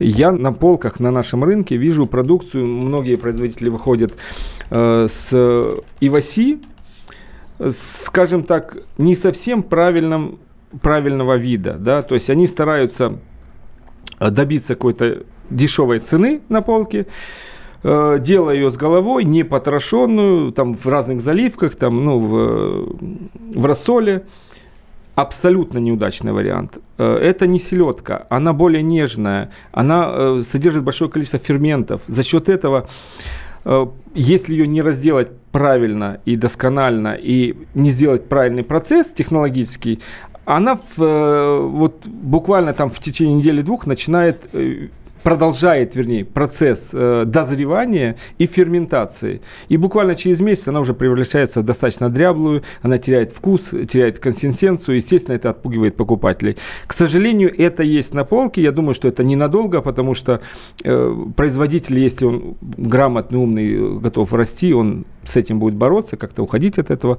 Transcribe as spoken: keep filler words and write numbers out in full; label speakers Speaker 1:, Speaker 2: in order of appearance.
Speaker 1: Я на полках на нашем рынке вижу продукцию, многие производители выходят э, с иваси, скажем так, не совсем правильном, правильного вида, да, то есть они стараются добиться какой-то дешевой цены на полке, э, делая ее с головой, не потрошенную, там в разных заливках, там, ну, в, в рассоле. Абсолютно неудачный вариант. Это не селедка, она более нежная, она содержит большое количество ферментов. За счет этого, если ее не разделать правильно и досконально, и не сделать правильный процесс технологический, она в, вот буквально там в течение недели-двух начинает, продолжает, вернее, процесс э, дозревания и ферментации. И буквально через месяц она уже превращается в достаточно дряблую, она теряет вкус, теряет консистенцию, естественно, это отпугивает покупателей. К сожалению, это есть на полке, я думаю, что это ненадолго, потому что э, производитель, если он грамотный, умный, готов расти, он с этим будет бороться, как-то уходить от этого